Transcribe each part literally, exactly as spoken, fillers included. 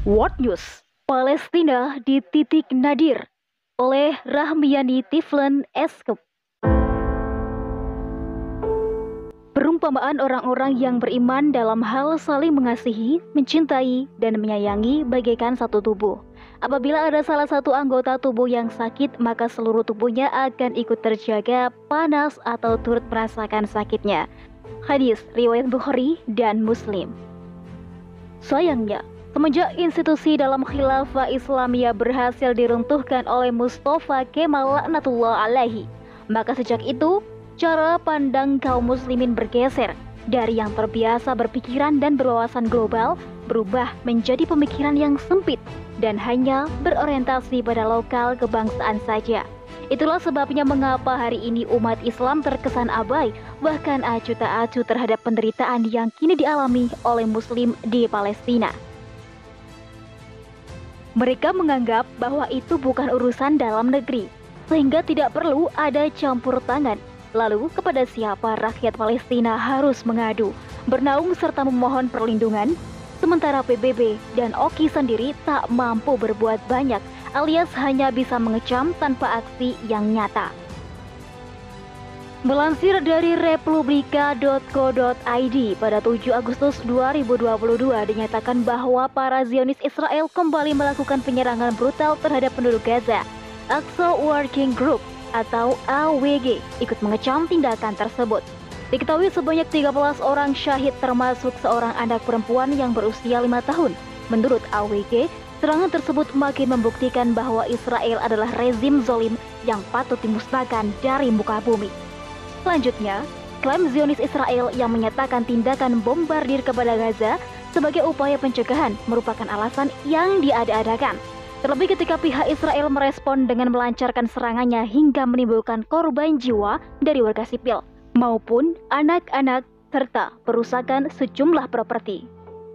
World News, Palestina di titik nadir oleh Rahmiani Tiflen Eskep. Perumpamaan orang-orang yang beriman dalam hal saling mengasihi, mencintai, dan menyayangi bagaikan satu tubuh. Apabila ada salah satu anggota tubuh yang sakit, maka seluruh tubuhnya akan ikut terjaga panas atau turut merasakan sakitnya. Hadis riwayat Bukhari dan Muslim. Sayangnya, semenjak institusi dalam khilafah Islamiyah berhasil diruntuhkan oleh Mustafa Kemal Laknatullah alaihi, maka sejak itu cara pandang kaum muslimin bergeser dari yang terbiasa berpikiran dan berwawasan global berubah menjadi pemikiran yang sempit dan hanya berorientasi pada lokal kebangsaan saja. Itulah sebabnya mengapa hari ini umat Islam terkesan abai, bahkan acuh tak acuh terhadap penderitaan yang kini dialami oleh Muslim di Palestina. Mereka menganggap bahwa itu bukan urusan dalam negeri, sehingga tidak perlu ada campur tangan. Lalu kepada siapa rakyat Palestina harus mengadu, bernaung serta memohon perlindungan? Sementara P B B dan O K I sendiri tak mampu berbuat banyak, alias hanya bisa mengecam tanpa aksi yang nyata. Melansir dari republika dot co dot i d pada tujuh Agustus dua ribu dua puluh dua dinyatakan bahwa para Zionis Israel kembali melakukan penyerangan brutal terhadap penduduk Gaza. Aqsa Working Group atau A W G ikut mengecam tindakan tersebut. Diketahui sebanyak tiga belas orang syahid termasuk seorang anak perempuan yang berusia lima tahun. Menurut A W G, serangan tersebut makin membuktikan bahwa Israel adalah rezim zolim yang patut dimusnahkan dari muka bumi. Selanjutnya, klaim Zionis Israel yang menyatakan tindakan bombardir kepada Gaza sebagai upaya pencegahan merupakan alasan yang diada-adakan. Terlebih ketika pihak Israel merespon dengan melancarkan serangannya hingga menimbulkan korban jiwa dari warga sipil maupun anak-anak serta perusakan sejumlah properti.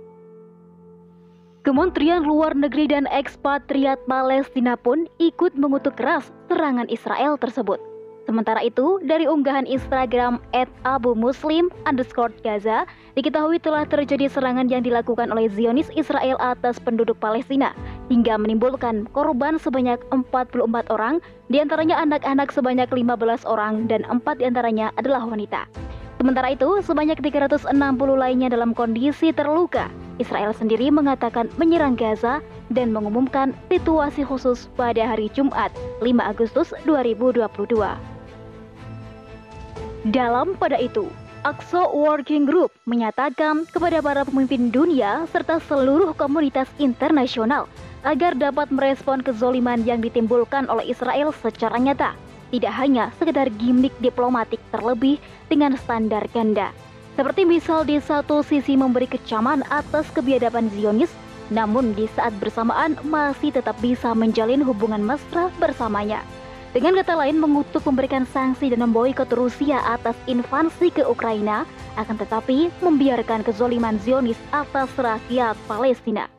Kementerian Luar Negeri dan Ekspatriat Palestina pun ikut mengutuk keras serangan Israel tersebut. Sementara itu, dari unggahan Instagram et abu muslim underscore gaza, diketahui telah terjadi serangan yang dilakukan oleh Zionis Israel atas penduduk Palestina, hingga menimbulkan korban sebanyak empat puluh empat orang, diantaranya anak-anak sebanyak lima belas orang, dan empat diantaranya adalah wanita. Sementara itu, sebanyak tiga ratus enam puluh lainnya dalam kondisi terluka. Israel sendiri mengatakan menyerang Gaza dan mengumumkan situasi khusus pada hari Jumat, lima Agustus dua ribu dua puluh dua. Dalam pada itu, Aqsa Working Group menyatakan kepada para pemimpin dunia serta seluruh komunitas internasional agar dapat merespon kezoliman yang ditimbulkan oleh Israel secara nyata, tidak hanya sekedar gimmick diplomatik terlebih dengan standar ganda. Seperti misal di satu sisi memberi kecaman atas kebiadaban Zionis, namun di saat bersamaan masih tetap bisa menjalin hubungan mesra bersamanya. Dengan kata lain, mengutuk memberikan sanksi dan memboikot Rusia atas invasi ke Ukraina, akan tetapi membiarkan kezoliman Zionis atas rakyat Palestina.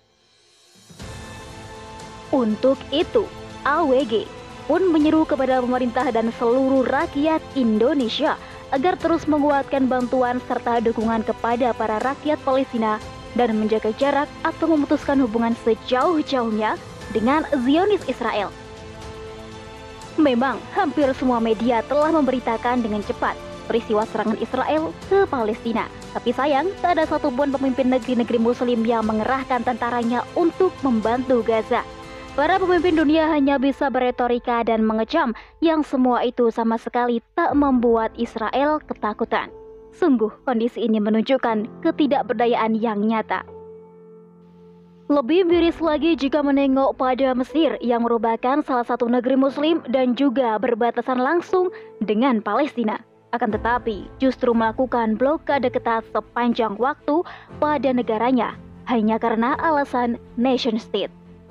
Untuk itu, A W G pun menyeru kepada pemerintah dan seluruh rakyat Indonesia agar terus menguatkan bantuan serta dukungan kepada para rakyat Palestina dan menjaga jarak atau memutuskan hubungan sejauh-jauhnya dengan Zionis Israel. Memang hampir semua media telah memberitakan dengan cepat peristiwa serangan Israel ke Palestina. Tapi sayang, tak ada satupun pemimpin negeri-negeri muslim yang mengerahkan tentaranya untuk membantu Gaza. Para pemimpin dunia hanya bisa beretorika dan mengecam, yang semua itu sama sekali tak membuat Israel ketakutan. Sungguh kondisi ini menunjukkan ketidakberdayaan yang nyata. Lebih miris lagi jika menengok pada Mesir yang merupakan salah satu negeri muslim dan juga berbatasan langsung dengan Palestina. Akan tetapi justru melakukan blokade ketat sepanjang waktu pada negaranya hanya karena alasan nation state.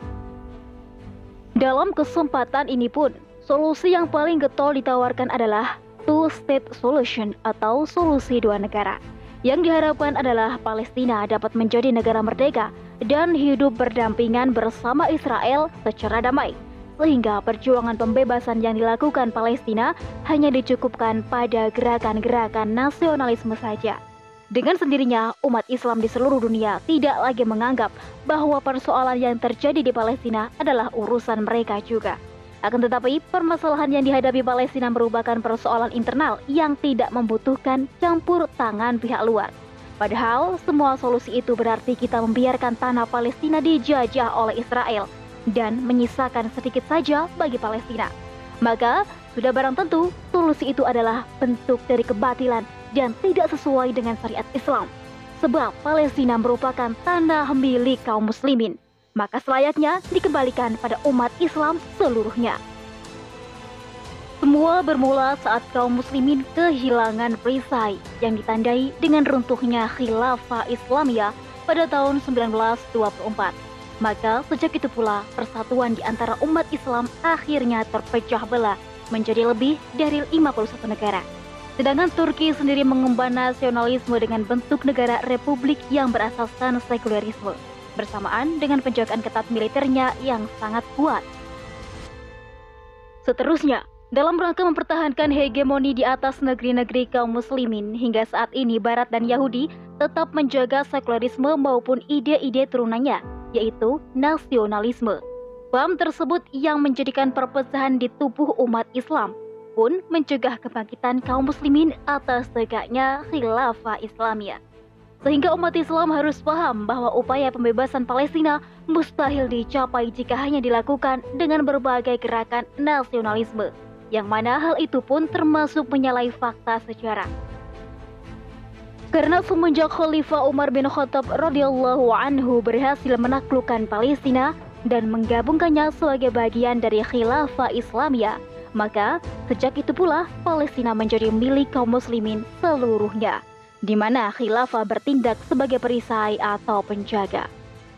Dalam kesempatan ini pun, solusi yang paling getol ditawarkan adalah two-state solution atau solusi dua negara. Yang diharapkan adalah Palestina dapat menjadi negara merdeka dan hidup berdampingan bersama Israel secara damai, sehingga perjuangan pembebasan yang dilakukan Palestina hanya dicukupkan pada gerakan-gerakan nasionalisme saja. Dengan sendirinya, umat Islam di seluruh dunia tidak lagi menganggap bahwa persoalan yang terjadi di Palestina adalah urusan mereka juga. Akan tetapi, permasalahan yang dihadapi Palestina merupakan persoalan internal yang tidak membutuhkan campur tangan pihak luar. Padahal, semua solusi itu berarti kita membiarkan tanah Palestina dijajah oleh Israel dan menyisakan sedikit saja bagi Palestina. Maka, sudah barang tentu, solusi itu adalah bentuk dari kebatilan dan tidak sesuai dengan syariat Islam. Sebab Palestina merupakan tanah milik kaum muslimin, maka selayaknya dikembalikan pada umat Islam seluruhnya. Semua bermula saat kaum muslimin kehilangan perisai yang ditandai dengan runtuhnya khilafah Islamiyah pada tahun seribu sembilan ratus dua puluh empat. Maka sejak itu pula persatuan di antara umat Islam akhirnya terpecah belah menjadi lebih dari lima puluh satu negara. Sedangkan Turki sendiri mengemban nasionalisme dengan bentuk negara republik yang berasaskan sekulerisme, bersamaan dengan penjagaan ketat militernya yang sangat kuat. Seterusnya, dalam rangka mempertahankan hegemoni di atas negeri-negeri kaum muslimin, hingga saat ini Barat dan Yahudi tetap menjaga sekulerisme maupun ide-ide turunannya, yaitu nasionalisme. Paham tersebut yang menjadikan perpecahan di tubuh umat Islam pun mencegah kebangkitan kaum muslimin atas tegaknya khilafah Islamiyah. Sehingga umat Islam harus paham bahwa upaya pembebasan Palestina mustahil dicapai jika hanya dilakukan dengan berbagai gerakan nasionalisme, yang mana hal itu pun termasuk menyalahi fakta sejarah. Karena semenjak Khalifah Umar bin Khattab radhiyallahu anhu berhasil menaklukkan Palestina dan menggabungkannya sebagai bagian dari khilafah Islamiyah, maka sejak itu pula Palestina menjadi milik kaum muslimin seluruhnya, di mana khilafah bertindak sebagai perisai atau penjaga.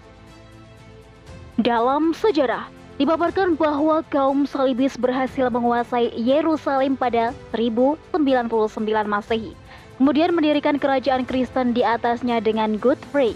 Dalam sejarah, dipaparkan bahwa kaum Salibis berhasil menguasai Yerusalem pada seribu sembilan puluh sembilan Masehi, kemudian mendirikan kerajaan Kristen di atasnya dengan Godfrey.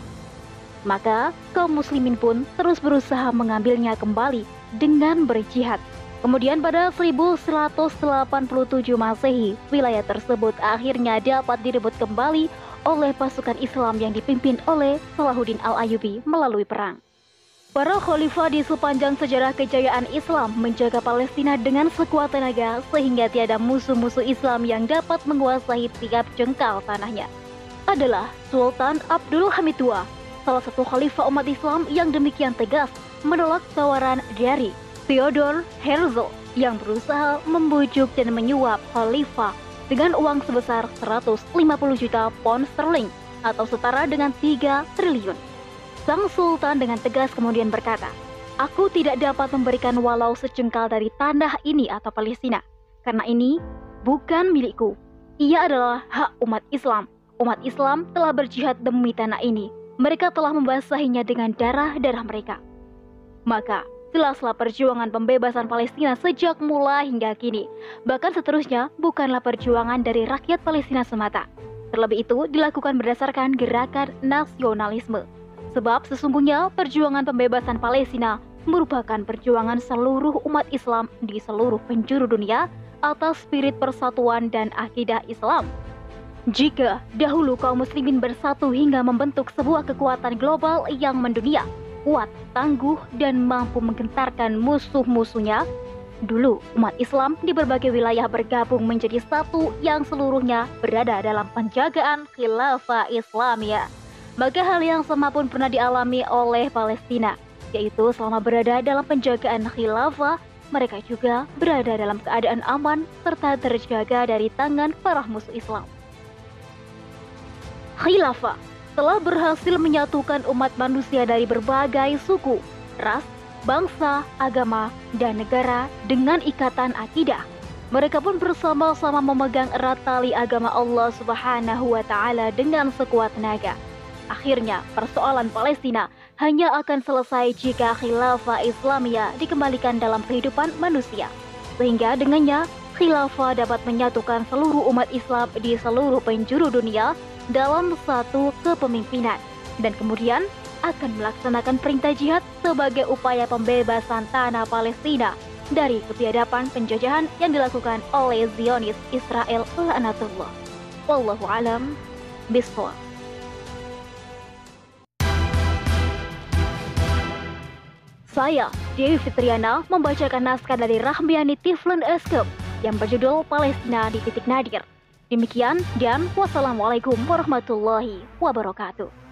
Maka kaum muslimin pun terus berusaha mengambilnya kembali dengan berjihad. Kemudian pada seribu seratus delapan puluh tujuh Masehi, wilayah tersebut akhirnya dapat direbut kembali oleh pasukan Islam yang dipimpin oleh Salahuddin Al-Ayyubi melalui perang. Para khalifah di sepanjang sejarah kejayaan Islam menjaga Palestina dengan sekuat tenaga sehingga tiada musuh-musuh Islam yang dapat menguasai tiap jengkal tanahnya. Adalah Sultan Abdul Hamid kedua, salah satu khalifah umat Islam yang demikian tegas menolak tawaran dari Theodor Herzl yang berusaha membujuk dan menyuap khalifah dengan uang sebesar seratus lima puluh juta pound sterling atau setara dengan tiga triliun. Sang Sultan dengan tegas kemudian berkata, "Aku tidak dapat memberikan walau sejengkal dari tanah ini atau Palestina, karena ini bukan milikku. Ia adalah hak umat Islam. Umat Islam telah berjihad demi tanah ini. Mereka telah membasahinya dengan darah-darah mereka." Maka jelaslah perjuangan pembebasan Palestina sejak mulai hingga kini. Bahkan seterusnya bukanlah perjuangan dari rakyat Palestina semata. Terlebih itu dilakukan berdasarkan gerakan nasionalisme. Sebab sesungguhnya perjuangan pembebasan Palestina merupakan perjuangan seluruh umat Islam di seluruh penjuru dunia atas spirit persatuan dan akidah Islam. Jika dahulu kaum muslimin bersatu hingga membentuk sebuah kekuatan global yang mendunia, kuat, tangguh, dan mampu menggentarkan musuh-musuhnya, dulu umat Islam di berbagai wilayah bergabung menjadi satu yang seluruhnya berada dalam penjagaan khilafah Islamiyah. Maka hal yang sama pun pernah dialami oleh Palestina, yaitu selama berada dalam penjagaan khilafah, mereka juga berada dalam keadaan aman serta terjaga dari tangan para musuh Islam. Khilafah telah berhasil menyatukan umat manusia dari berbagai suku, ras, bangsa, agama, dan negara dengan ikatan akidah. Mereka pun bersama-sama memegang erat tali agama Allah Subhanahu wa Ta'ala dengan sekuat tenaga. Akhirnya, persoalan Palestina hanya akan selesai jika khilafah Islamiyah dikembalikan dalam kehidupan manusia, sehingga dengannya khilafah dapat menyatukan seluruh umat Islam di seluruh penjuru dunia dalam satu kepemimpinan, dan kemudian akan melaksanakan perintah jihad sebagai upaya pembebasan tanah Palestina dari kebiadaban penjajahan yang dilakukan oleh Zionis Israel laknatullah. Wallahu alam Bisport. Saya, Dewi Fitriana, membacakan naskah dari Rahmiani Tiflun Eskem yang berjudul Palestina di Titik Nadir. Demikian dan wassalamualaikum warahmatullahi wabarakatuh.